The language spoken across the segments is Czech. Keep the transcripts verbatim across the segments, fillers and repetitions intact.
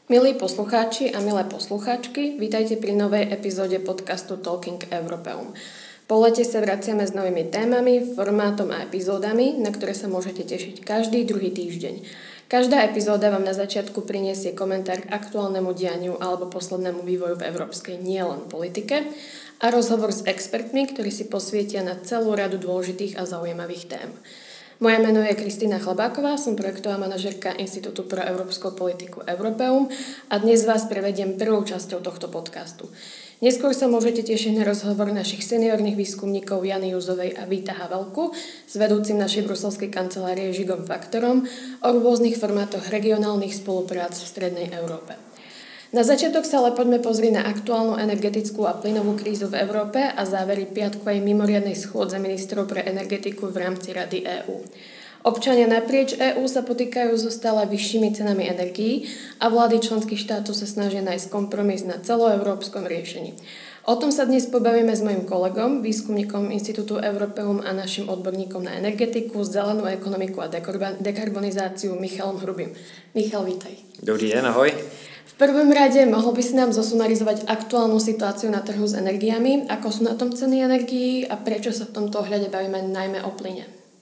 Milí poslucháči a milé poslucháčky, vítajte pri novej epizóde podcastu Talking Europeum. Po lete sa vraciame s novými témami, formátom a epizódami, na ktoré sa môžete tešiť každý druhý týždeň. Každá epizóda vám na začiatku priniesie komentár k aktuálnemu dianiu alebo poslednému vývoju v európskej nielen politike a rozhovor s expertmi, ktorí si posvietia na celú radu dôležitých a zaujímavých tém. Moje meno je Kristýna Chlebáková, som projektová manažérka Inštitútu pro európsku politiku Europeum a dnes vás prevediem prvou časťou tohto podcastu. Neskôr sa môžete tešiť na rozhovor našich seniorných výskumníkov Jany Juzovej a Víta Havelku s vedúcim našej bruselskej kancelárie Žigom Faktorom o rôznych formátoch regionálnych spoluprác v strednej Európe. Na začiatok sa ale poďme pozrieť na aktuálnu energetickú a plynovú krízu v Európe a závery piatkovej mimoriadnej schôdze ministrov pre energetiku v rámci Rady EÚ. Občania naprieč EÚ sa potýkajú so stále vyššími cenami energií a vlády členských štátov sa snažia nájsť kompromis na celoeurópskom riešení. O tom sa dnes pobavíme s mojím kolegom, výskumníkom Inštitútu Europeum a našim odborníkom na energetiku, zelenú ekonomiku a dekarbonizáciu Michalom Hrubým. Michal, vítaj. Dobrý den, ahoj. V prvom rade mohol by si nám zosumarizovať aktuálnu situáciu na trhu s energiami, ako sú na tom ceny energií a prečo sa v tomto ohľade bavíme najmä o plyne?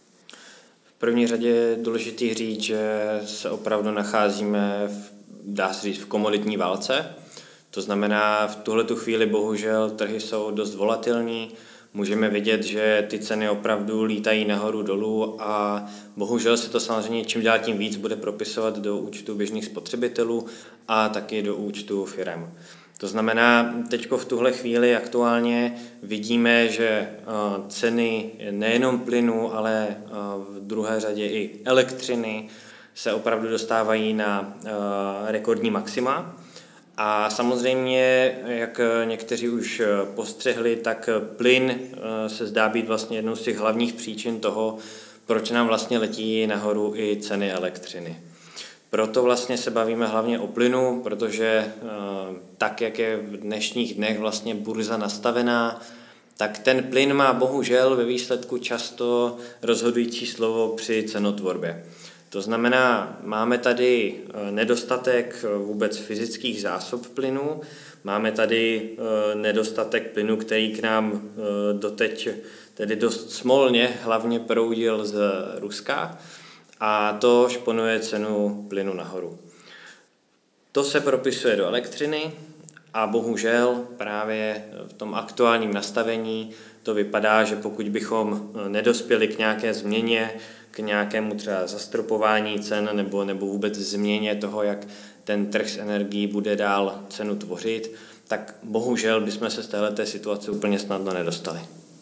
V první řadě je důležitý říct, že se opravdu nacházíme, v, dá se říct, v komoditní válce. To znamená, v tuhletu chvíli bohužel trhy jsou dost volatilní. Můžeme vidět, že ty ceny opravdu lítají nahoru dolů a bohužel se to samozřejmě čím dál tím víc bude propisovat do účtu běžných spotřebitelů a taky do účtu firem. To znamená, teď v tuhle chvíli aktuálně vidíme, že ceny nejenom plynu, ale v druhé řadě i elektřiny se opravdu dostávají na rekordní maxima. A samozřejmě, jak někteří už postřehli, tak plyn se zdá být vlastně jednou z těch hlavních příčin toho, proč nám vlastně letí nahoru i ceny elektřiny. Proto vlastně se bavíme hlavně o plynu, protože tak, jak je v dnešních dnech vlastně burza nastavená, tak ten plyn má bohužel ve výsledku často rozhodující slovo při cenotvorbě. To znamená, máme tady nedostatek vůbec fyzických zásob plynu, máme tady nedostatek plynu, který k nám doteď tedy dost smolně hlavně proudil z Ruska a to šponuje cenu plynu nahoru. To se propisuje do elektřiny a bohužel právě v tom aktuálním nastavení to vypadá, že pokud bychom nedospěli k nějaké změně, k nějakému třeba zastropování cen nebo, nebo vůbec změně toho, jak ten trh s energií bude dál cenu tvořit, tak bohužel bychom se z téhleté situace úplně snadno nedostali.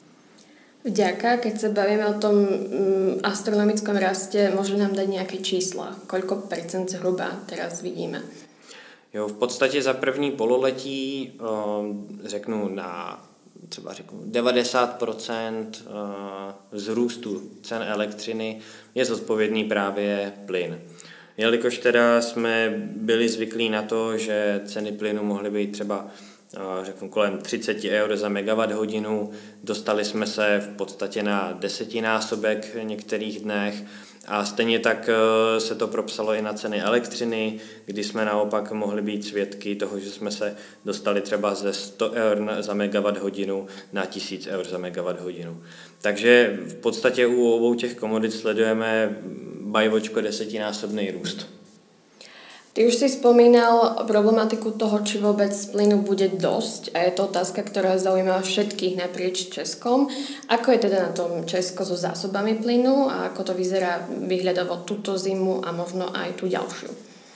Vďaka, keď sa bavíme o tom astronomickom raste, môže nám dať nejaké čísla? Koľko percent zhruba teraz vidíme? Jo, v podstatě za první pololetí řeknu na třeba řeknu devadesát procent vzrůstu cen elektřiny je zodpovědný právě plyn. Jelikož teda jsme byli zvyklí na to, že ceny plynu mohly být třeba řeknu kolem třicet eur za megawatt hodinu, dostali jsme se v podstatě na desetinásobek v některých dnech a stejně tak se to propsalo i na ceny elektřiny, kdy jsme naopak mohli být svědky toho, že jsme se dostali třeba ze sto eur za megawatt hodinu na tisíc eur za megawatt hodinu. Takže v podstatě u obou těch komodit sledujeme bajvočko desetinásobný růst. Ty už si spomínal problematiku toho, či vôbec plynu bude dosť a je to otázka, ktorá zaujíma všetkých naprieč Českom. Ako je teda na tom Česko so zásobami plynu a ako to vyzerá výhľadovo túto zimu a možno aj tú ďalšiu?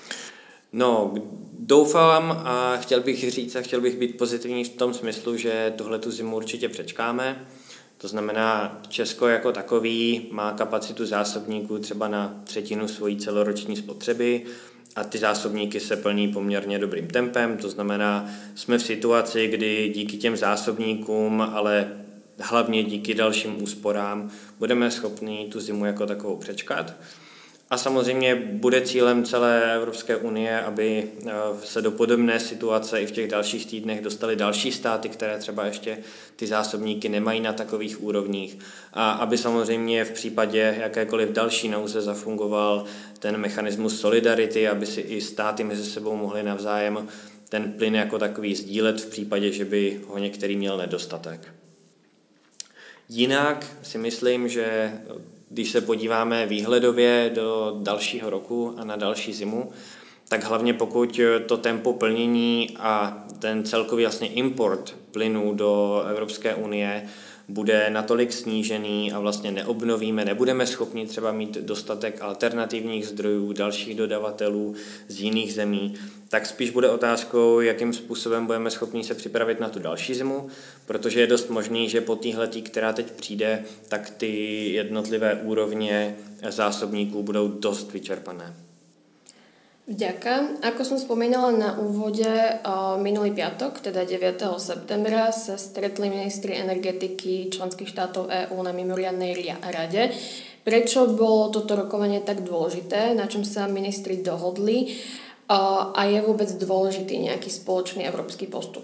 No, doufám a chtěl bych říct a chtěl bych být pozitivní v tom smyslu, že tuhletu zimu určitě přečkáme. To znamená, Česko jako takový má kapacitu zásobníků třeba na třetinu svojí celoroční spotřeby a ty zásobníky se plní poměrně dobrým tempem, to znamená, jsme v situaci, kdy díky těm zásobníkům, ale hlavně díky dalším úsporám, budeme schopni tu zimu jako takovou přečkat. A samozřejmě bude cílem celé Evropské unie, aby se do podobné situace i v těch dalších týdnech dostaly další státy, které třeba ještě ty zásobníky nemají na takových úrovních. A aby samozřejmě v případě jakékoliv další nouze zafungoval ten mechanismus solidarity, aby si i státy mezi sebou mohly navzájem ten plyn jako takový sdílet v případě, že by ho některý měl nedostatek. Jinak si myslím, že když se podíváme výhledově do dalšího roku a na další zimu, tak hlavně pokud to tempo plnění a ten celkový vlastně import plynu do Evropské unie bude natolik snížený a vlastně neobnovíme, nebudeme schopni třeba mít dostatek alternativních zdrojů, dalších dodavatelů z jiných zemí, tak spíš bude otázkou, jakým způsobem budeme schopni se připravit na tu další zimu, protože je dost možný, že po téhletý, která teď přijde, tak ty jednotlivé úrovně zásobníků budou dost vyčerpané. Vďaka. Ako som spomínala na úvode, minulý piatok, teda deviateho septembra, sa stretli ministri energetiky členských štátov EÚ na mimoriadnej rade. Prečo bolo toto rokovanie tak dôležité, na čom sa ministri dohodli a je vôbec dôležitý nejaký spoločný evropský postup?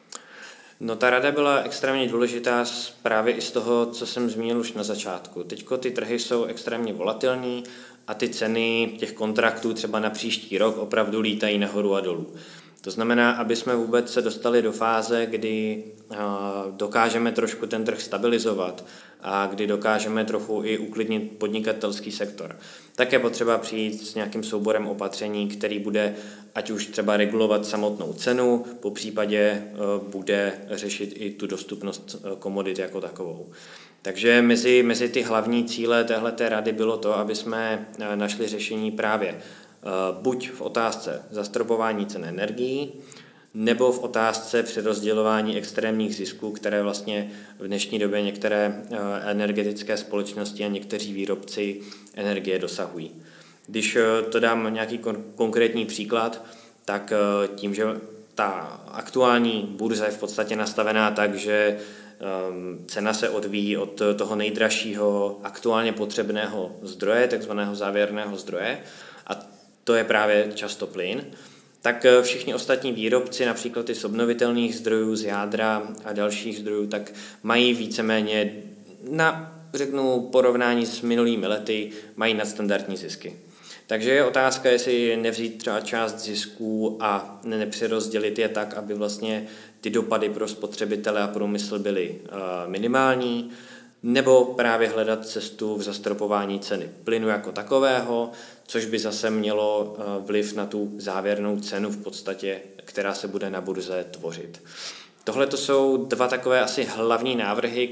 No ta rada byla extrémně důležitá právě i z toho, co jsem zmínil už na začátku. Teďko ty trhy jsou extrémně volatilní a ty ceny těch kontraktů třeba na příští rok opravdu lítají nahoru a dolů. To znamená, aby jsme vůbec se dostali do fáze, kdy dokážeme trošku ten trh stabilizovat a kdy dokážeme trochu i uklidnit podnikatelský sektor, tak je potřeba přijít s nějakým souborem opatření, který bude ať už třeba regulovat samotnou cenu, po případě bude řešit i tu dostupnost komodit jako takovou. Takže mezi, mezi ty hlavní cíle téhleté rady bylo to, aby jsme našli řešení právě buď v otázce zastropování cen energií, nebo v otázce přerozdělování extrémních zisků, které vlastně v dnešní době některé energetické společnosti a někteří výrobci energie dosahují. Když to dám nějaký konkrétní příklad, tak tím, že ta aktuální burza je v podstatě nastavená tak, že cena se odvíjí od toho nejdražšího aktuálně potřebného zdroje, takzvaného závěrného zdroje, a to je právě často plyn, tak všichni ostatní výrobci, například i z obnovitelných zdrojů, z jádra a dalších zdrojů, tak mají víceméně na, řeknu, porovnání s minulými lety, mají nadstandardní zisky. Takže je otázka, jestli nevzít třeba část zisků a nepřerozdělit je tak, aby vlastně ty dopady pro spotřebitele a průmysl byly minimální, nebo právě hledat cestu v zastropování ceny plynu jako takového, což by zase mělo vliv na tu závěrnou cenu v podstatě, která se bude na burze tvořit. Tohle to jsou dva takové asi hlavní návrhy,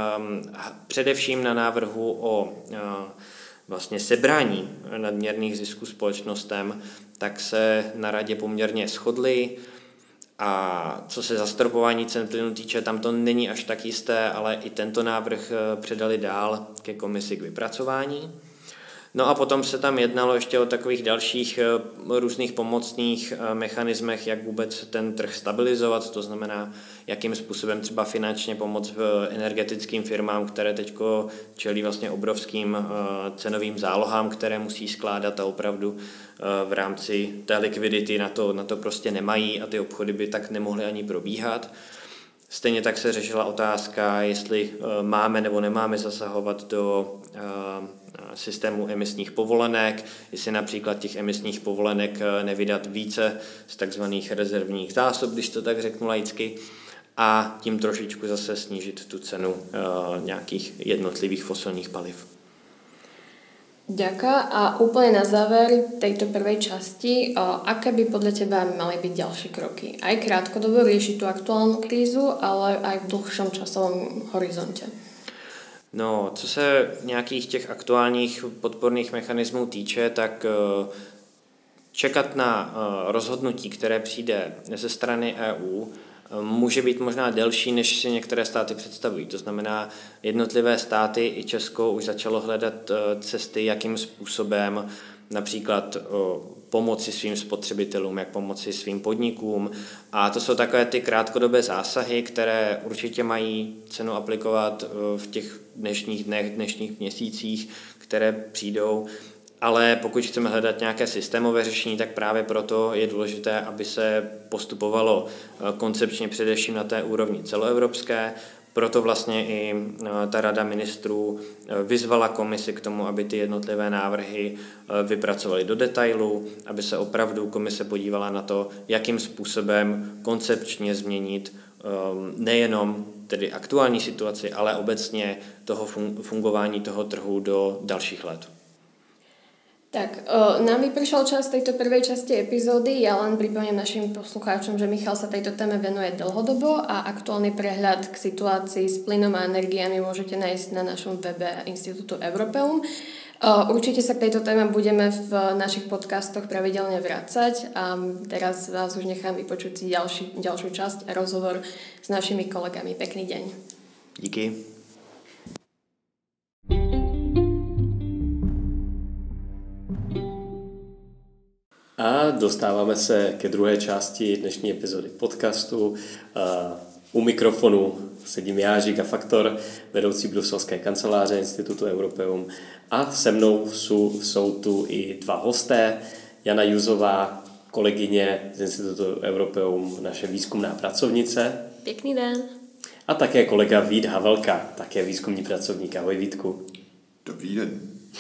především na návrhu o vlastně sebrání nadměrných zisků společnostem, tak se na radě poměrně shodli. A co se zastropování cen plynu týče, tam to není až tak jisté, ale i tento návrh předali dál ke komisi k vypracování. No a potom se tam jednalo ještě o takových dalších různých pomocných mechanismech, jak vůbec ten trh stabilizovat, to znamená, jakým způsobem třeba finančně pomoct energetickým firmám, které teď čelí vlastně obrovským cenovým zálohám, které musí skládat a opravdu v rámci té likvidity na to, na to prostě nemají a ty obchody by tak nemohly ani probíhat. Stejně tak se řešila otázka, jestli máme nebo nemáme zasahovat do systému emisních povolenek, jestli například těch emisních povolenek nevydat více z takzvaných rezervních zásob, když to tak řeknu laicky, a tím trošičku zase snížit tu cenu nějakých jednotlivých fosilních paliv. Ďakujem. A úplne na záver tejto prvej časti, aké by podľa teba mali byť ďalšie kroky? Aj krátkodobo riešiť tú aktuálnu krízu, ale aj v dlhšom časovom horizonte. No, co se nějakých těch aktuálních podporných mechanismů týče, tak čekat na rozhodnutí, které přijde ze strany E U, může být možná delší, než si některé státy představují. To znamená, jednotlivé státy i Česko už začalo hledat cesty, jakým způsobem například pomoci svým spotřebitelům, jak pomoci svým podnikům. A to jsou takové ty krátkodobé zásahy, které určitě mají cenu aplikovat v těch dnešních dnech, dnešních měsících, které přijdou. ale pokud chceme hledat nějaké systémové řešení, tak právě proto je důležité, aby se postupovalo koncepčně především na té úrovni celoevropské. Proto vlastně i ta Rada ministrů vyzvala komisi k tomu, aby ty jednotlivé návrhy vypracovaly do detailu, aby se opravdu komise podívala na to, jakým způsobem koncepčně změnit nejenom tedy aktuální situaci, ale obecně toho fungování toho trhu do dalších let. Tak, nám vypršal čas tejto prvej časti epizódy. Ja len pripomínam našim poslucháčom, že Michal sa tejto téme venuje dlhodobo a aktuálny prehľad k situácii s plynom a energiami môžete nájsť na našom webe Inštitútu Europeum. Určite sa k tejto téme budeme v našich podcastoch pravidelne vracať a teraz vás už nechám vypočuť si ďalší, ďalšiu časť a rozhovor s našimi kolegami. Pekný deň. Díky. A dostáváme se ke druhé části dnešní epizody podcastu. U mikrofonu sedím já, Žiga Faktor, vedoucí bruselské kanceláře Institutu Europeum, a se mnou jsou, jsou tu i dva hosté. Jana Juzová, kolegyně z Institutu Europeum, naše výzkumná pracovnice. Pěkný den. A také kolega Vít Havelka, také výzkumný pracovník. Ahoj Vítku. Dobrý den.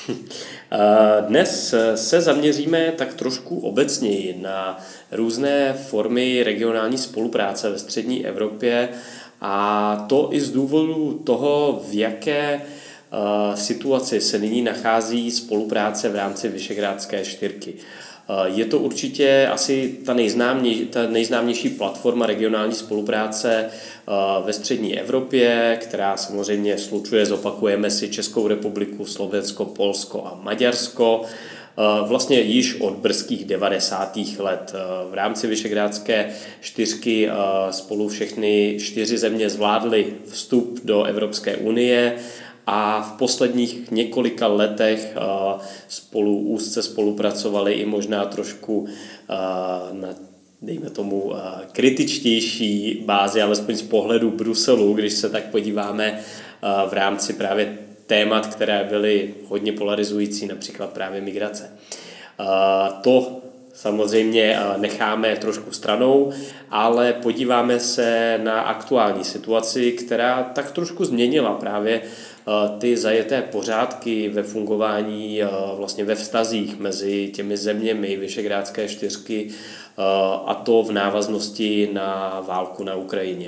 Dnes se zaměříme tak trošku obecněji na různé formy regionální spolupráce ve střední Evropě, a to i z důvodu toho, v jaké situaci se nyní nachází spolupráce v rámci Visegrádské čtyřky. Je to určitě asi ta, nejznámější, ta nejznámější platforma regionální spolupráce ve střední Evropě, která samozřejmě slučuje, zopakujeme si, Českou republiku, Slovensko, Polsko a Maďarsko. Vlastně již od brzkých devadesátých let. V rámci Visegrádské čtyřky spolu všechny čtyři země zvládly vstup do Evropské unie a v posledních několika letech spolu úzce spolupracovali i možná trošku na, dejme tomu, kritičtější bázi, alespoň z pohledu Bruselu, když se tak podíváme v rámci právě témat, které byly hodně polarizující, například právě migrace. To samozřejmě necháme trošku stranou, ale podíváme se na aktuální situaci, která tak trošku změnila právě ty zajeté pořádky ve fungování, vlastně ve vztazích mezi těmi zeměmi Visegrádské čtyřky, a to v návaznosti na válku na Ukrajině.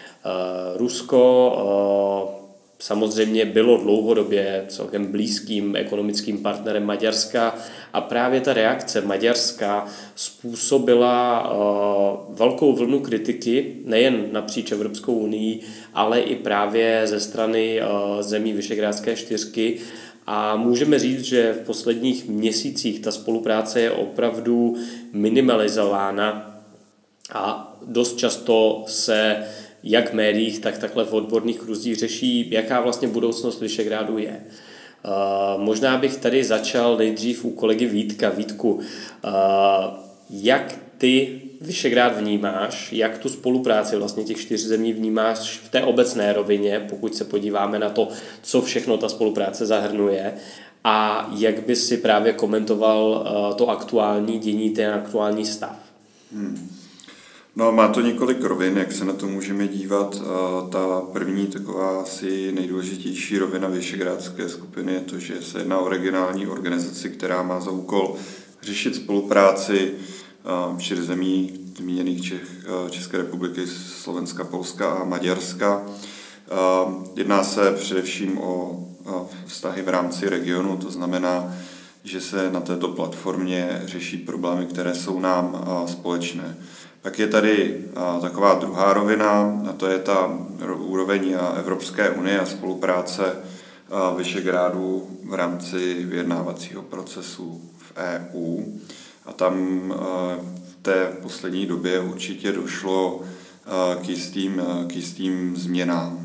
Rusko samozřejmě bylo dlouhodobě celkem blízkým ekonomickým partnerem Maďarska a právě ta reakce Maďarska způsobila uh, velkou vlnu kritiky nejen napříč Evropskou unii, ale i právě ze strany uh, zemí Visegrádské čtyřky. A můžeme říct, že v posledních měsících ta spolupráce je opravdu minimalizována a dost často se jak v médiích, tak takhle v odborných kruzích řeší, jaká vlastně budoucnost Visegrádu je. Uh, možná bych tady začal nejdřív u kolegy Vítka. Vítku, uh, jak ty Visegrád vnímáš, jak tu spolupráci vlastně těch čtyř zemí vnímáš v té obecné rovině, pokud se podíváme na to, co všechno ta spolupráce zahrnuje, a jak by si právě komentoval uh, to aktuální dění, ten aktuální stav? Hmm. No, má to několik rovin, jak se na to můžeme dívat. Ta první, taková asi nejdůležitější rovina Visegrádské skupiny je to, že se jedná o regionální organizaci, která má za úkol řešit spolupráci čtyř zemí zmíněných Čech, České republiky, Slovenska, Polska a Maďarska. Jedná se především o vztahy v rámci regionu, to znamená, že se na této platformě řeší problémy, které jsou nám společné. Pak je tady taková druhá rovina, a to je ta úroveň Evropské unie a spolupráce Visegrádu v rámci vyjednávacího procesu v E U. A tam v té poslední době určitě došlo k jistým, k jistým změnám.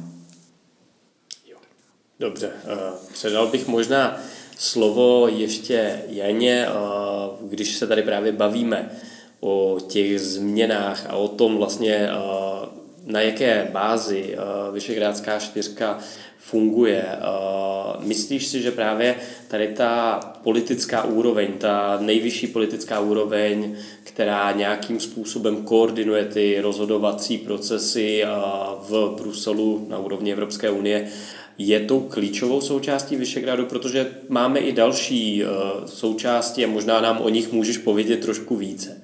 Dobře, předal bych možná slovo ještě Janě, když se tady právě bavíme o těch změnách a o tom vlastně, na jaké bázi Visegrádská čtyřka funguje. myslíš si, že právě tady ta politická úroveň, ta nejvyšší politická úroveň, která nějakým způsobem koordinuje ty rozhodovací procesy v Bruselu na úrovni Evropské unie, je tou klíčovou součástí Visegrádu, protože máme i další součásti a možná nám o nich můžeš povědět trošku více.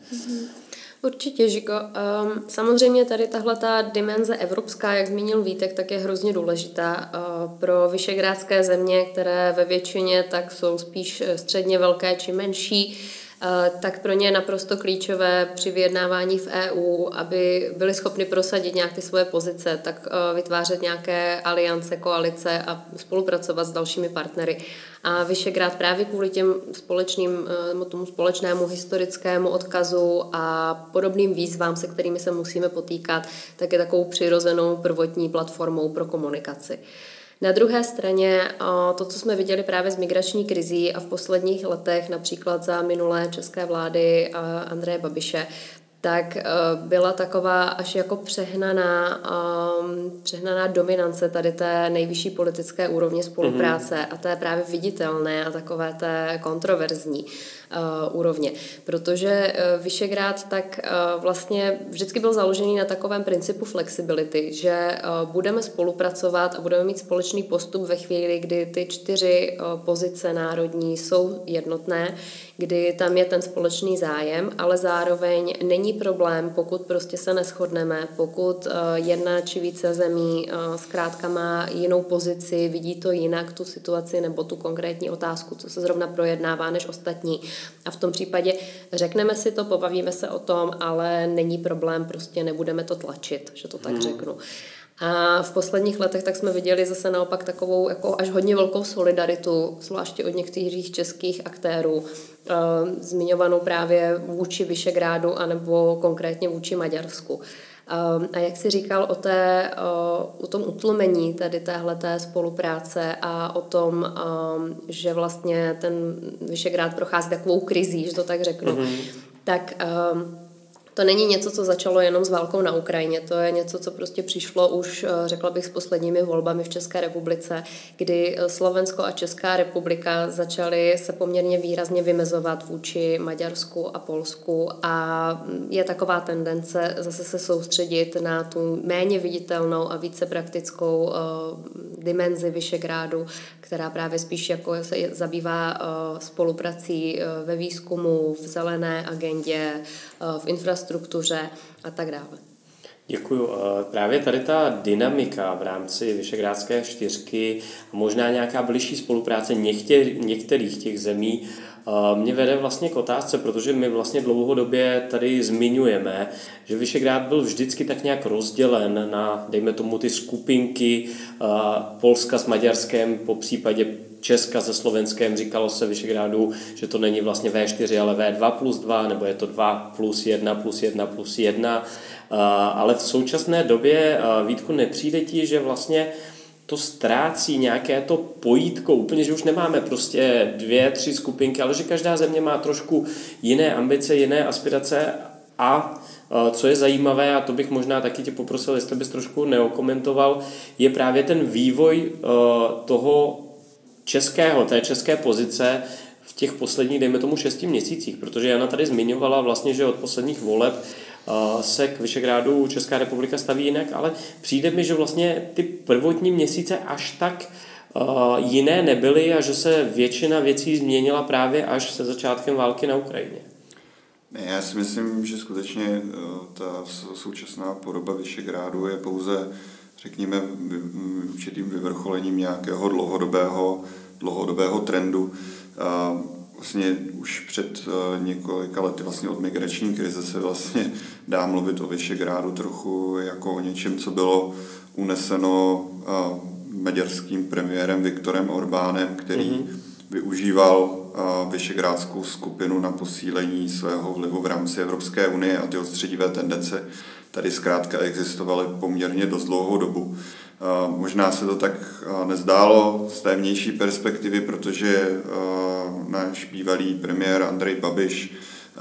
Určitě, Žiko. Um, samozřejmě tady tahle ta dimenze evropská, jak zmínil Vítek, tak je hrozně důležitá uh, pro visegrádské země, které ve většině tak jsou spíš středně velké či menší, uh, tak pro ně je naprosto klíčové při vyjednávání v E U, aby byli schopni prosadit nějak ty svoje pozice, tak uh, vytvářet nějaké aliance, koalice a spolupracovat s dalšími partnery. A Visegrád právě kvůli těm společným, tomu společnému historickému odkazu a podobným výzvám, se kterými se musíme potýkat, tak je takovou přirozenou prvotní platformou pro komunikaci. Na druhé straně to, co jsme viděli právě s migrační krizí a v posledních letech, například za minulé české vlády Andreje Babiše, tak byla taková až jako přehnaná, um, přehnaná dominance tady té nejvyšší politické úrovně spolupráce mm-hmm. a té právě viditelné a takové té kontroverzní uh, úrovně. Protože uh, Visegrád tak uh, vlastně vždycky byl založený na takovém principu flexibility, že uh, budeme spolupracovat a budeme mít společný postup ve chvíli, kdy ty čtyři uh, pozice národní jsou jednotné, kdy tam je ten společný zájem, ale zároveň není problém, pokud prostě se neshodneme, pokud uh, jedna či více zemí uh, zkrátka má jinou pozici, vidí to jinak, tu situaci nebo tu konkrétní otázku, co se zrovna projednává než ostatní. A v tom případě řekneme si to, pobavíme se o tom, ale není problém, prostě nebudeme to tlačit, že to tak hmm. řeknu. A v posledních letech tak jsme viděli zase naopak takovou jako až hodně velkou solidaritu, zvláště od některých českých aktérů, zmiňovanou právě vůči Visegrádu anebo konkrétně vůči Maďarsku. A jak jsi říkal o, té, o tom utlumení tady téhleté spolupráce a o tom, že vlastně ten Visegrád prochází takovou krizí, že to tak řeknu, mm-hmm. tak to není něco, co začalo jenom s válkou na Ukrajině, to je něco, co prostě přišlo už, řekla bych, s posledními volbami v České republice, kdy Slovensko a Česká republika začaly se poměrně výrazně vymezovat vůči Maďarsku a Polsku a je taková tendence zase se soustředit na tu méně viditelnou a více praktickou uh, dimenzi Visegrádu, která právě spíš jako se zabývá uh, spoluprací uh, ve výzkumu, v zelené agendě, uh, v infrastruktuře a tak dále. Děkuju. Právě tady ta dynamika v rámci Visegrádské čtyřky a možná nějaká bližší spolupráce některých těch zemí mě vede vlastně k otázce, protože my vlastně dlouhodobě tady zmiňujeme, že Visegrád byl vždycky tak nějak rozdělen na, dejme tomu, ty skupinky Polska s Maďarskem, po případě Česka se Slovenskem, říkalo se Visegrádu, že to není vlastně vé čtyři, ale vé dva plus dva, nebo je to dva plus jedna plus jedna plus jedna. Ale v současné době, Vítku, nepřijde ti, že vlastně to ztrácí nějaké to pojítko, úplně, že už nemáme prostě dvě, tři skupinky, ale že každá země má trošku jiné ambice, jiné aspirace a co je zajímavé, a to bych možná taky tě poprosil, jestli bys trošku neokomentoval, je právě ten vývoj toho českého, té české pozice v těch posledních, dejme tomu, šesti měsících, protože Jana tady zmiňovala vlastně, že od posledních voleb se k Visegrádu Česká republika staví jinak, ale přijde mi, že vlastně ty prvotní měsíce až tak jiné nebyly a že se většina věcí změnila právě až se začátkem války na Ukrajině. Ne, já si myslím, že skutečně ta současná podoba Visegrádu je pouze, řekněme, určitým vyvrcholením nějakého dlouhodobého, dlouhodobého trendu. Vlastně už před několika lety vlastně od migrační krize se vlastně dá mluvit o Visegrádu trochu jako o něčem, co bylo uneseno maďarským premiérem Viktorem Orbánem, který mm-hmm. využíval Visegrádskou skupinu na posílení svého vlivu v rámci Evropské unie a ty odstředivé tendence tady zkrátka existovaly poměrně dost dlouhou dobu. Možná se to tak nezdálo z té vnější perspektivy, protože náš bývalý premiér Andrej Babiš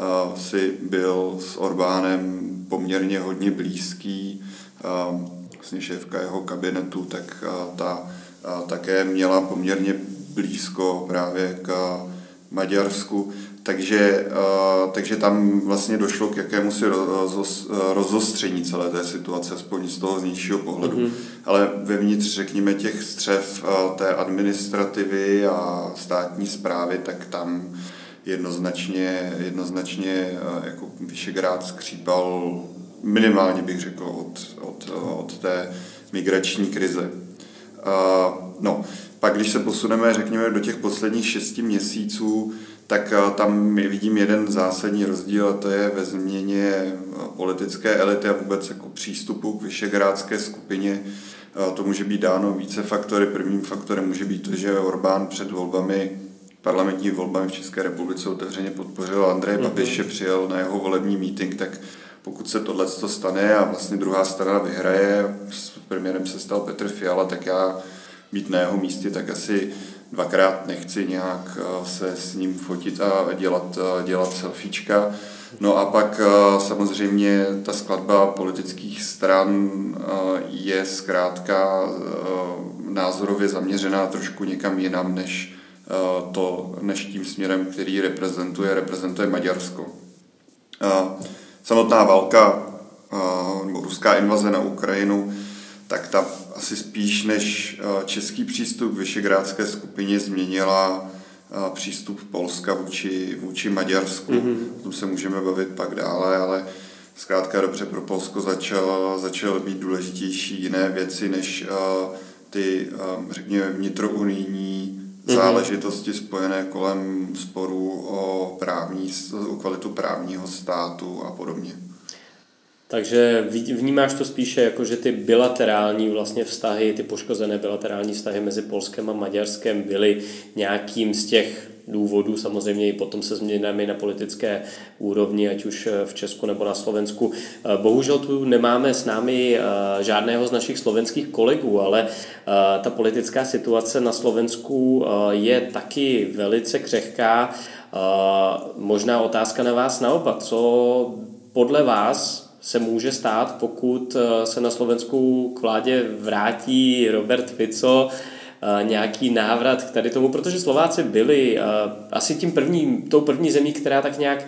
si byl s Orbánem poměrně hodně blízký. Vlastně šéfka jeho kabinetu, tak ta také měla poměrně blízko právě k Maďarsku, takže, takže tam vlastně došlo k jakémusi rozostření celé té situace, aspoň z toho vnějšího pohledu. Mm-hmm. Ale vevnitř, řekněme, těch střev té administrativy a státní správy, tak tam jednoznačně, jednoznačně jako Visegrád skřípal minimálně, bych řekl, od, od, od té migrační krize. No, pak když se posuneme, řekněme, do těch posledních šesti měsíců, tak tam vidím jeden zásadní rozdíl, a to je ve změně politické elity a vůbec jako přístupu k visegrádské skupině. To může být dáno více faktory. Prvním faktorem může být to, že Orbán před volbami, parlamentní volbami v České republice otevřeně podpořil Andreje Babiše, přijel na jeho volební meeting, tak pokud se tohle stane a vlastně druhá strana vyhraje, s premiérem se stal Petr Fiala, tak já být na jeho místě, tak asi dvakrát nechci nějak se s ním fotit a dělat, dělat selfiečka. No a pak samozřejmě ta skladba politických stran je zkrátka názorově zaměřená trošku někam jinam, než, to, než tím směrem, který reprezentuje, reprezentuje Maďarsko. Samotná válka nebo ruská invaze na Ukrajinu, tak ta asi spíš než český přístup k visegrádské skupině změnila přístup Polska vůči, vůči Maďarsku. Mm-hmm. O tom se můžeme bavit pak dále, ale zkrátka dobře pro Polsko začal, začal být důležitější jiné věci než ty, řekněme, vnitrounijní mm-hmm. záležitosti spojené kolem sporů o, právní, o kvalitu právního státu a podobně. Takže vnímáš to spíše jako, že ty bilaterální vlastně vztahy, ty poškozené bilaterální vztahy mezi Polskem a Maďarskem byly nějakým z těch důvodů, samozřejmě i potom se změnami na politické úrovni, ať už v Česku nebo na Slovensku. Bohužel tu nemáme s námi žádného z našich slovenských kolegů, ale ta politická situace na Slovensku je taky velice křehká. Možná otázka na vás naopak. Co podle vás se může stát, pokud se na Slovensku k vládě vrátí Robert Fico, nějaký návrat k tady tomu, protože Slováci byli asi tím prvním, tou první zemí, která tak nějak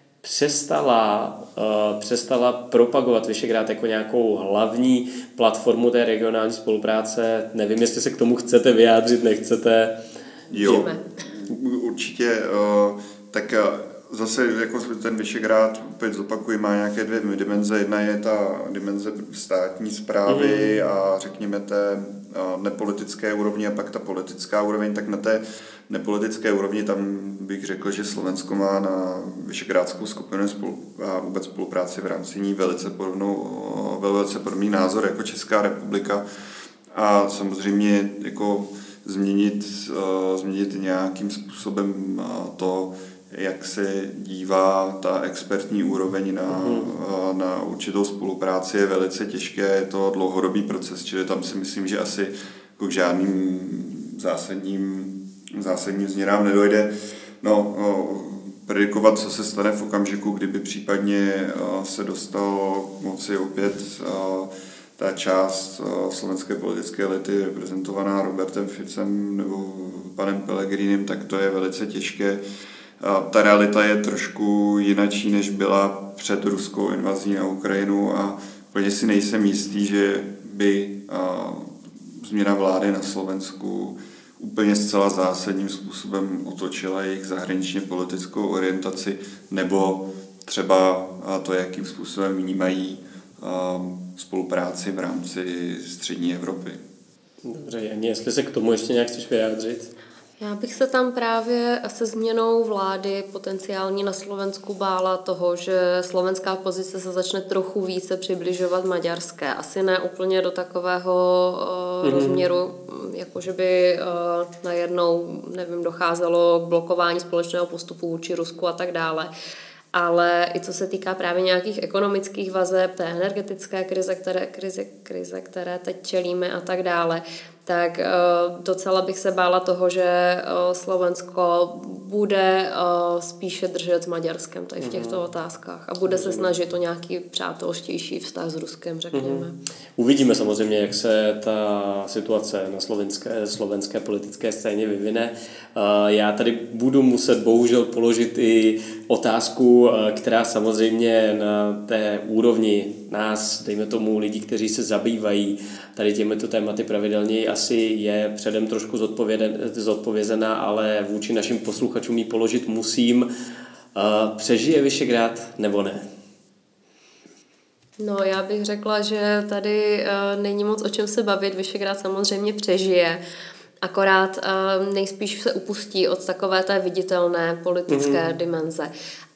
přestala, přestala propagovat Visegrád jako nějakou hlavní platformu té regionální spolupráce. Nevím, jestli se k tomu chcete vyjádřit, nechcete. Jo, určitě. Tak zase jako ten Visegrád, opět zopakuji, má nějaké dvě dimenze. Jedna je ta dimenze státní správy mm. a řekněme té nepolitické úrovni a pak ta politická úroveň. Tak na té nepolitické úrovni tam bych řekl, že Slovensko má na visegrádskou skupinu a vůbec spolupráci v rámci ní velice podobnou, velice podobný názor jako Česká republika. A samozřejmě jako změnit, změnit nějakým způsobem to, jak se dívá ta expertní úroveň na, mm. na určitou spolupráci, je velice těžké, je to dlouhodobý proces, čili tam si myslím, že asi jako k žádným zásadním, zásadním změnám nedojde. No, predikovat, co se stane v okamžiku, kdyby případně se dostal k moci opět ta část slovenské politické elity reprezentovaná Robertem Ficem nebo panem Pellegrinem, tak to je velice těžké. Ta realita je trošku jinačí, než byla před ruskou invazí na Ukrajinu a úplně si nejsem jistý, že by změna vlády na Slovensku úplně zcela zásadním způsobem otočila jejich zahraničně politickou orientaci nebo třeba to, jakým způsobem vnímají spolupráci v rámci střední Evropy. Dobře, Janě, jestli se k tomu ještě nějak chceš vyjádřit? Já bych se tam právě se změnou vlády potenciální na Slovensku bála toho, že slovenská pozice se začne trochu více přibližovat maďarské. Asi ne úplně do takového uh, mm-hmm. rozměru, jako že by uh, najednou, nevím, docházelo k blokování společného postupu vůči Rusku a tak dále. Ale i co se týká právě nějakých ekonomických vazeb, té energetické krize, které, krize, krize, které teď čelíme a tak dále, tak docela bych se bála toho, že Slovensko bude uh, spíše držet s Maďarskem tady v těchto mm. otázkách a bude se snažit o nějaký přátelštější vztah s Ruskem, řekněme. Mm. Uvidíme samozřejmě, jak se ta situace na slovenské, slovenské politické scéně vyvine. Uh, já tady budu muset bohužel položit i otázku, uh, která samozřejmě na té úrovni nás, dejme tomu lidí, kteří se zabývají tady těmito tématy pravidelně, asi je předem trošku zodpovězená, ale vůči našim posluchačům ji položit musím. Přežije Visegrád nebo ne? No, já bych řekla, že tady není moc o čem se bavit. Visegrád samozřejmě přežije. Akorát uh, nejspíš se upustí od takové té viditelné politické mm. dimenze.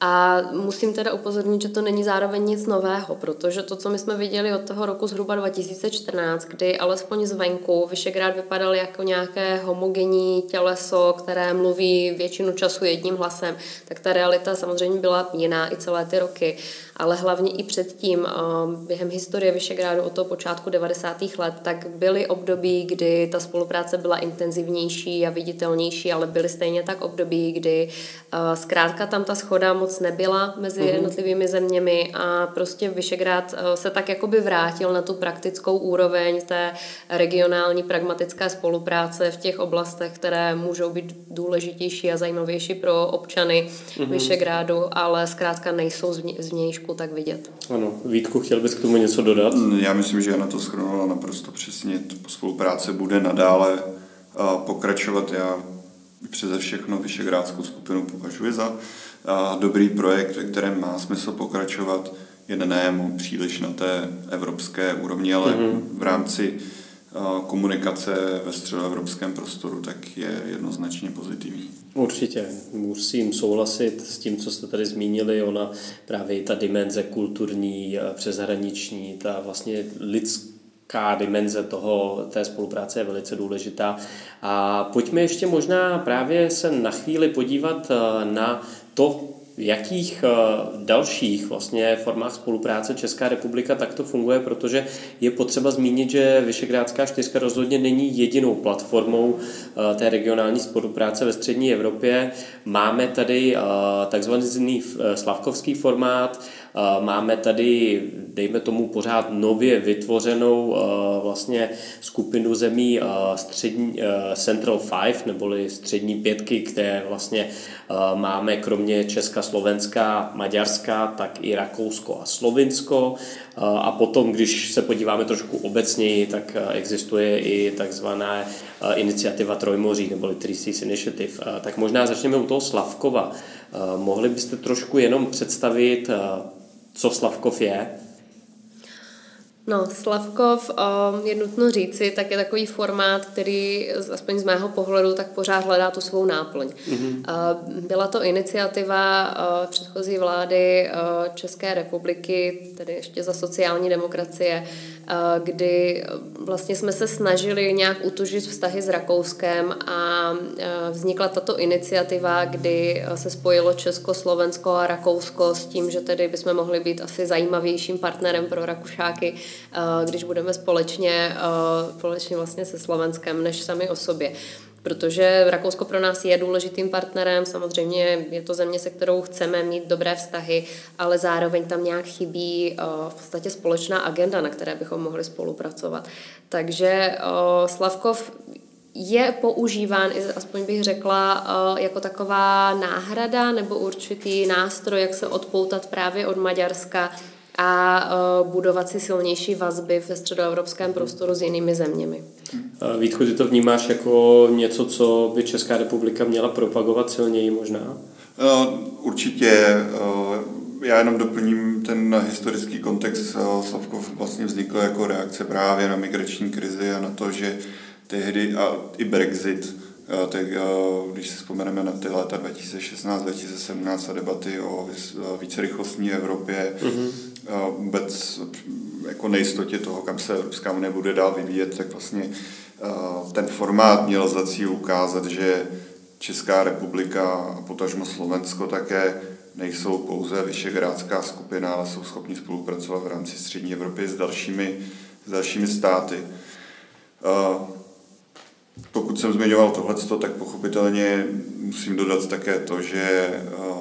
A musím teda upozornit, že to není zároveň nic nového, protože to, co my jsme viděli od toho roku zhruba dva tisíce čtrnáct, kdy alespoň zvenku Visegrád vypadal jako nějaké homogenní těleso, které mluví většinu času jedním hlasem, tak ta realita samozřejmě byla jiná i celé ty roky. Ale hlavně i předtím, během historie Visegrádu od toho počátku devadesátých let, tak byly období, kdy ta spolupráce byla intenzivnější a viditelnější, ale byly stejně tak období, kdy zkrátka tam ta shoda moc nebyla mezi jednotlivými zeměmi a prostě Visegrád se tak jakoby vrátil na tu praktickou úroveň té regionální pragmatické spolupráce v těch oblastech, které můžou být důležitější a zajímavější pro občany mm-hmm. Visegrádu, ale zkrátka nejsou z vnějšku tak vidět. Ano, Vítku, chtěl bys k tomu něco dodat? Já myslím, že Jana to shrnula naprosto přesně. Spolupráce bude nadále pokračovat. Já přeze všechno Visegrádskou skupinu považuji za dobrý projekt, ve kterém má smysl pokračovat, jen ne příliš na té evropské úrovni, ale mm-hmm. v rámci komunikace ve středoevropském prostoru, tak je jednoznačně pozitivní. Určitě. Musím souhlasit s tím, co jste tady zmínili. Ona právě ta dimenze kulturní, přeshraniční, ta vlastně lidská dimenze toho, té spolupráce je velice důležitá. A pojďme ještě možná právě se na chvíli podívat na to, v jakých dalších vlastně formách spolupráce Česká republika takto funguje, protože je potřeba zmínit, že Visegrádská čtyřka rozhodně není jedinou platformou té regionální spolupráce ve střední Evropě. Máme tady takzvaný slavkovský formát, máme tady, dejme tomu, pořád nově vytvořenou vlastně skupinu zemí střední, Central Five, neboli střední pětky, které vlastně máme kromě Česka, Slovenska, Maďarska, tak i Rakousko a Slovinsko. A potom, když se podíváme trošku obecněji, tak existuje i takzvaná iniciativa Trojmoří, neboli Three Seas Initiative. Tak možná začneme u toho Slavkova. Mohli byste trošku jenom představit, co Slavkov je? No, Slavkov, je nutno říci, tak je takový formát, který aspoň z mého pohledu tak pořád hledá tu svou náplň. Mm-hmm. Byla to iniciativa předchozí vlády České republiky, tedy ještě za sociální demokracie, kdy vlastně jsme se snažili nějak utužit vztahy s Rakouskem a vznikla tato iniciativa, kdy se spojilo Česko, Slovensko a Rakousko s tím, že tedy bychom mohli být asi zajímavějším partnerem pro Rakušáky, když budeme společně, společně vlastně se Slovenskem, než sami o sobě. Protože Rakousko pro nás je důležitým partnerem, samozřejmě je to země, se kterou chceme mít dobré vztahy, ale zároveň tam nějak chybí v podstatě společná agenda, na které bychom mohli spolupracovat. Takže Slavkov je používán, aspoň bych řekla, jako taková náhrada nebo určitý nástroj, jak se odpoutat právě od Maďarska a budovat si silnější vazby ve středoevropském prostoru s jinými zeměmi. Vítku, ty to vnímáš jako něco, co by Česká republika měla propagovat silněji možná? Určitě. Já jenom doplním ten historický kontext. Slavkov vlastně vznikl jako reakce právě na migrační krizi a na to, že tehdy a i Brexit, tak když si vzpomeneme na ty léta dva tisíce šestnáct dva tisíce sedmnáct a debaty o vícerychlostní Evropě, mm-hmm. vůbec jako nejistotě toho, kam se Evropská unie bude dál vyvíjet, tak vlastně ten formát měl za cíl ukázat, že Česká republika a potažmo Slovensko také nejsou pouze Visegrádská skupina, ale jsou schopni spolupracovat v rámci střední Evropy s dalšími, s dalšími státy. Pokud jsem zmiňoval tohleto, tak pochopitelně musím dodat také to, že,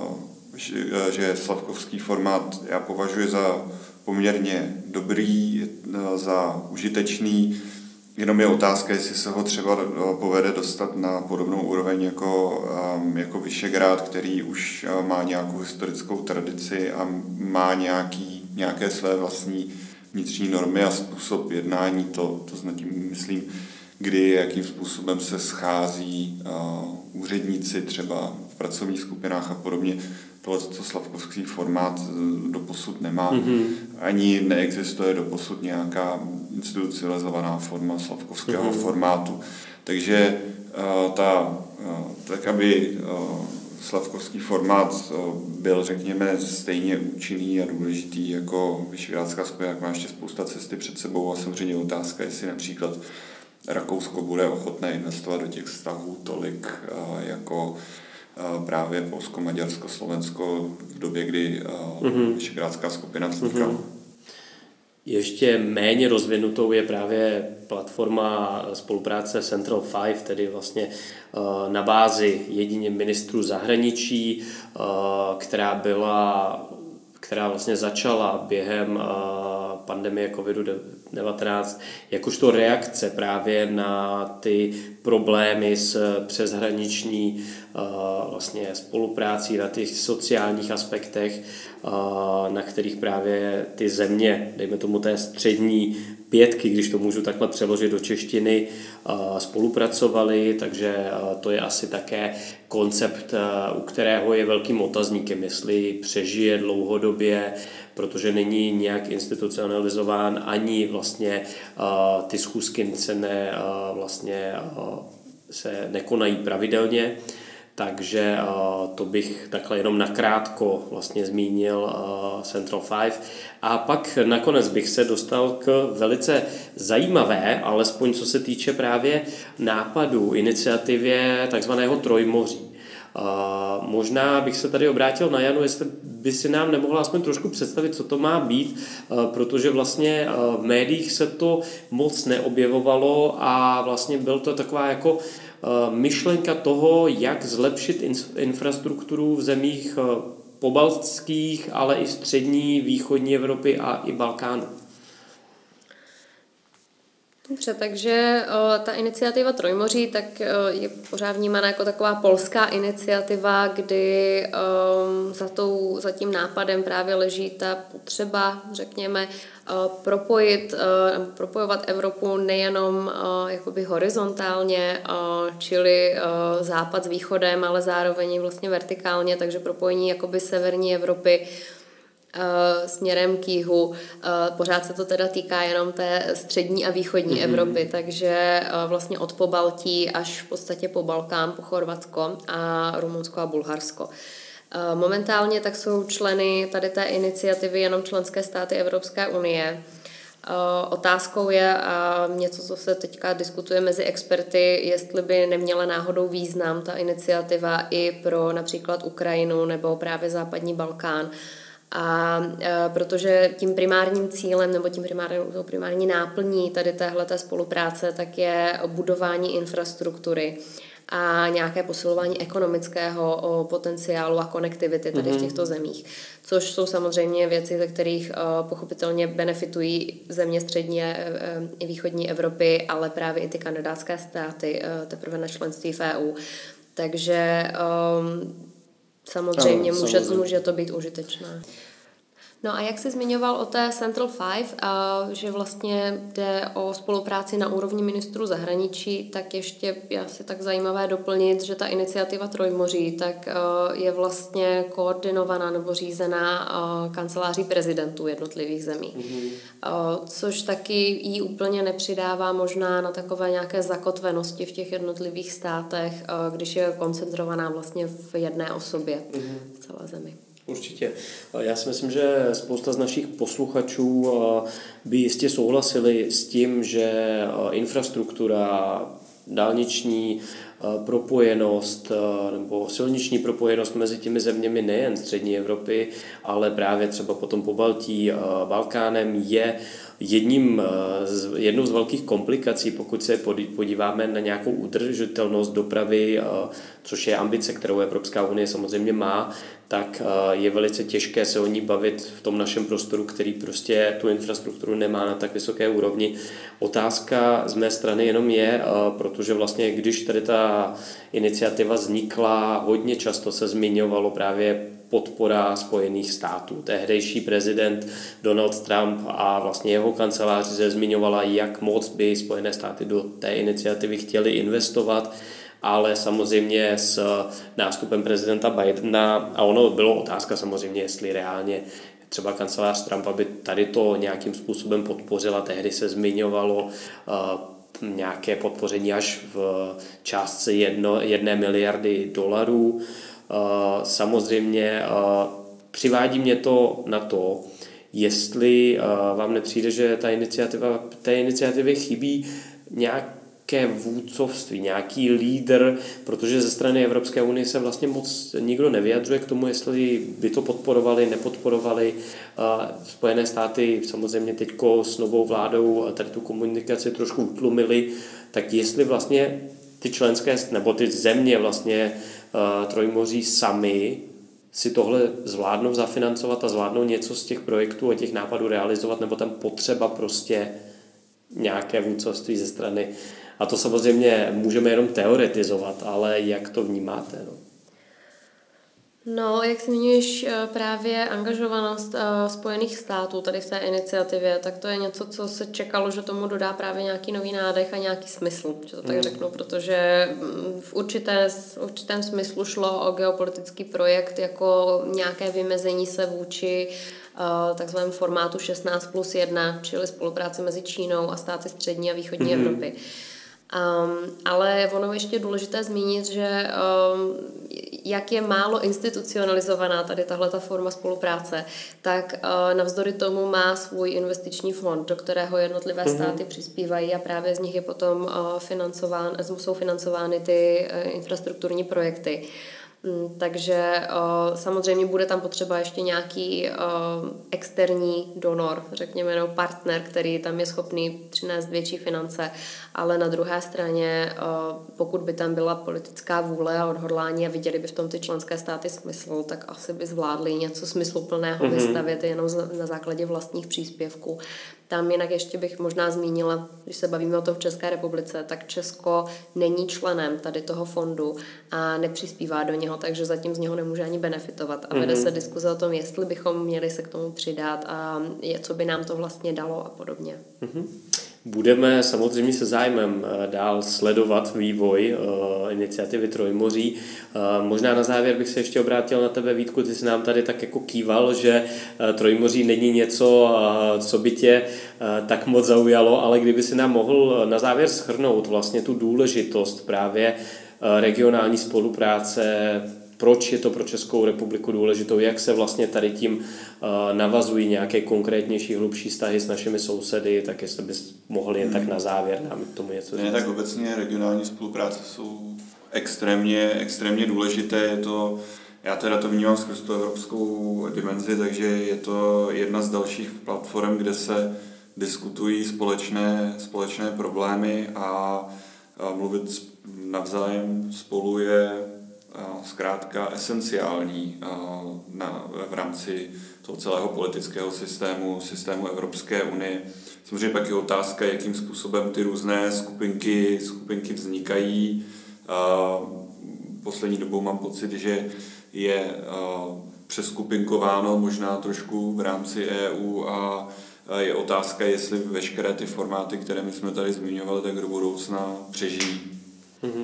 že, že slavkovský formát já považuji za poměrně dobrý, za užitečný. Jenom je otázka, jestli se ho třeba povede dostat na podobnou úroveň jako, jako Visegrád, který už má nějakou historickou tradici a má nějaký, nějaké své vlastní vnitřní normy a způsob jednání. To, to tím myslím, kdy, jakým způsobem se schází uh, úředníci třeba v pracovních skupinách a podobně. Tohle, co slavkovský formát doposud nemá. Mm-hmm. Ani neexistuje doposud nějaká institucionalizovaná forma slavkovského mm-hmm. formátu. Takže uh, ta, uh, tak, aby uh, slavkovský formát uh, byl, řekněme, stejně účinný a důležitý jako Visegrádská skupina, jak má ještě spousta cesty před sebou a samozřejmě otázka, jestli například Rakousko bude ochotné investovat do těch vztahů tolik uh, jako právě Polsko, Maďarsko, Slovensko v době, kdy mm-hmm. Visegrádská skupina vznikala. Mm-hmm. Ještě méně rozvinutou je právě platforma spolupráce Central Five, tedy vlastně na bázi jedině ministrů zahraničí, která byla, která vlastně začala během pandemie covidu devatenáct jakožto reakce právě na ty problémy s přeshraniční vlastně spoluprácí, na těch sociálních aspektech, na kterých právě ty země, dejme tomu té střední pětky, když to můžu takhle přeložit do češtiny, spolupracovali, takže to je asi také koncept, u kterého je velkým otazníkem, jestli přežije dlouhodobě, protože není nějak institucionalizován, ani vlastně ty schůzky se, ne, vlastně, se nekonají pravidelně. Takže uh, to bych takhle jenom nakrátko vlastně zmínil uh, Central Five. A pak nakonec bych se dostal k velice zajímavé, alespoň co se týče právě nápadu, iniciativě takzvaného Trojmoří. Uh, možná bych se tady obrátil na Janu, jestli by si nám nemohla aspoň trošku představit, co to má být, uh, protože vlastně uh, v médiích se to moc neobjevovalo a vlastně byl to taková jako myšlenka toho, jak zlepšit infrastrukturu v zemích pobaltských, ale i střední, východní Evropy a i Balkánu. Dobře, takže o, ta iniciativa Trojmoří tak o, je pořád vnímána jako taková polská iniciativa, kdy o, za, tou, za tím nápadem právě leží ta potřeba, řekněme, o, propojit, o, propojovat Evropu nejenom o, jakoby horizontálně, o, čili o, západ s východem, ale zároveň vlastně vertikálně, takže propojení jakoby severní Evropy směrem k jihu. Pořád se to teda týká jenom té střední a východní mm-hmm. Evropy, takže vlastně od Pobaltí až v podstatě po Balkán, po Chorvatsko a Rumunsko a Bulharsko. Momentálně tak jsou členy tady té iniciativy jenom členské státy Evropské unie. Otázkou je a něco, co se teďka diskutuje mezi experty, jestli by neměla náhodou význam ta iniciativa i pro například Ukrajinu nebo právě západní Balkán. A e, protože tím primárním cílem nebo tím primární, primární náplní tady téhleté spolupráce tak je budování infrastruktury a nějaké posilování ekonomického o, potenciálu a konektivity tady v těchto zemích. Což jsou samozřejmě věci, ze kterých o, pochopitelně benefitují země střední a e, východní Evropy, ale právě i ty kandidátské státy e, teprve na členství v E U. Takže o, Samozřejmě, ano, může, samozřejmě může to být užitečné. No a jak jsi zmiňoval o té Central Five, a že vlastně jde o spolupráci na úrovni ministrů zahraničí, tak ještě je asi tak zajímavé doplnit, že ta iniciativa Trojmoří tak je vlastně koordinovaná nebo řízená kanceláří prezidentů jednotlivých zemí. Mm-hmm. Což taky jí úplně nepřidává možná na takové nějaké zakotvenosti v těch jednotlivých státech, když je koncentrovaná vlastně v jedné osobě mm-hmm. v celé zemi. Určitě. Já si myslím, že spousta z našich posluchačů by jistě souhlasili s tím, že infrastruktura, dálniční propojenost nebo silniční propojenost mezi těmi zeměmi nejen střední Evropy, ale právě třeba potom Pobaltí, Balkánem je jedním z, jednou z velkých komplikací, pokud se podíváme na nějakou udržitelnost dopravy, což je ambice, kterou Evropská unie samozřejmě má, tak je velice těžké se o ní bavit v tom našem prostoru, který prostě tu infrastrukturu nemá na tak vysoké úrovni. Otázka z mé strany jenom je, protože vlastně když tady ta iniciativa vznikla, hodně často se zmiňovalo právě podpora Spojených států. Tehdejší prezident Donald Trump a vlastně jeho kancelář se zmiňovala, jak moc by Spojené státy do té iniciativy chtěly investovat, ale samozřejmě s nástupem prezidenta Bidena, a ono bylo otázka samozřejmě, jestli reálně třeba kancelář Trumpa by tady to nějakým způsobem podpořila. Tehdy se zmiňovalo uh, nějaké podpoření až v částce jedno, jedné miliardy dolarů. Uh, samozřejmě uh, přivádí mě to na to, jestli uh, vám nepřijde, že ta iniciativa, té iniciativě chybí nějak nějaké vůdcovství, nějaký lídr, protože ze strany Evropské unie se vlastně moc nikdo nevyjadřuje k tomu, jestli by to podporovali, nepodporovali. Spojené státy samozřejmě teďko s novou vládou tady tu komunikaci trošku utlumili, tak jestli vlastně ty členské, nebo ty země vlastně Trojmoří sami si tohle zvládnou zafinancovat a zvládnou něco z těch projektů a těch nápadů realizovat, nebo tam potřeba prostě nějaké vůdcovství ze strany. A to samozřejmě můžeme jenom teoretizovat, ale jak to vnímáte? No, no jak zmiňuješ právě angažovanost Spojených států tady v té iniciativě, tak to je něco, co se čekalo, že tomu dodá právě nějaký nový nádech a nějaký smysl, že to tak hmm. řeknu, protože v, určité, v určitém smyslu šlo o geopolitický projekt jako nějaké vymezení se vůči takzvaném formátu šestnáct plus jedna, čili spolupráce mezi Čínou a státy střední a východní mm-hmm. Evropy. Um, ale ono ještě důležité zmínit, že um, jak je málo institucionalizovaná tady tahleta forma spolupráce, tak uh, navzdory tomu má svůj investiční fond, do kterého jednotlivé mm-hmm. státy přispívají a právě z nich je potom uh, financován, jsou financovány ty uh, infrastrukturní projekty. Takže uh, samozřejmě bude tam potřeba ještě nějaký uh, externí donor, řekněme, no, partner, který tam je schopný přinést větší finance, ale na druhé straně, uh, pokud by tam byla politická vůle a odhodlání a viděli by v tom ty členské státy smysl, tak asi by zvládli něco smysluplného mm-hmm. vystavět jenom na základě vlastních příspěvků. Tam jinak ještě bych možná zmínila, když se bavíme o tom v České republice, tak Česko není členem tady toho fondu a nepřispívá do něho, takže zatím z něho nemůže ani benefitovat. A vede mm-hmm. se diskuze o tom, jestli bychom měli se k tomu přidat a co by nám to vlastně dalo a podobně. Mm-hmm. Budeme samozřejmě se zájmem dál sledovat vývoj uh, iniciativy Trojmoří. Uh, možná na závěr bych se ještě obrátil na tebe, Vítku, ty jsi nám tady tak jako kýval, že uh, Trojmoří není něco, uh, co by tě uh, tak moc zaujalo, ale kdyby si nám mohl na závěr shrnout vlastně tu důležitost právě uh, regionální spolupráce, proč je to pro Českou republiku důležitou, jak se vlastně tady tím uh, navazují nějaké konkrétnější, hlubší vztahy s našimi sousedy, tak jestli bys mohl jen tak na závěr nám k tomu něco říct. Ne, tak obecně regionální spolupráce jsou extrémně, extrémně důležité. Je to, já teda to vnímám skrz tu evropskou dimenzi, takže je to jedna z dalších platform, kde se diskutují společné, společné problémy a, a mluvit navzájem spolu je zkrátka esenciální na, v rámci toho celého politického systému, systému Evropské unie. Samozřejmě pak je otázka, jakým způsobem ty různé skupinky, skupinky vznikají. Poslední dobou mám pocit, že je přeskupinkováno možná trošku v rámci E U a je otázka, jestli veškeré ty formáty, které my jsme tady zmiňovali, tak do budoucna přežijí. Mm-hmm.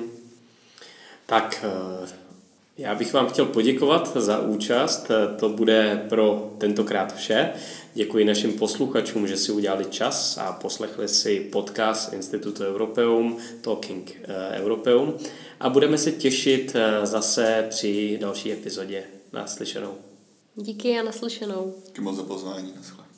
Tak já bych vám chtěl poděkovat za účast. To bude pro tentokrát vše. Děkuji našim posluchačům, že si udělali čas a poslechli si podcast Institutu Europeum, Talking Europeum. A budeme se těšit zase při další epizodě. Naslyšenou. Díky a naslyšenou. Díky moc za pozvání. Naschle.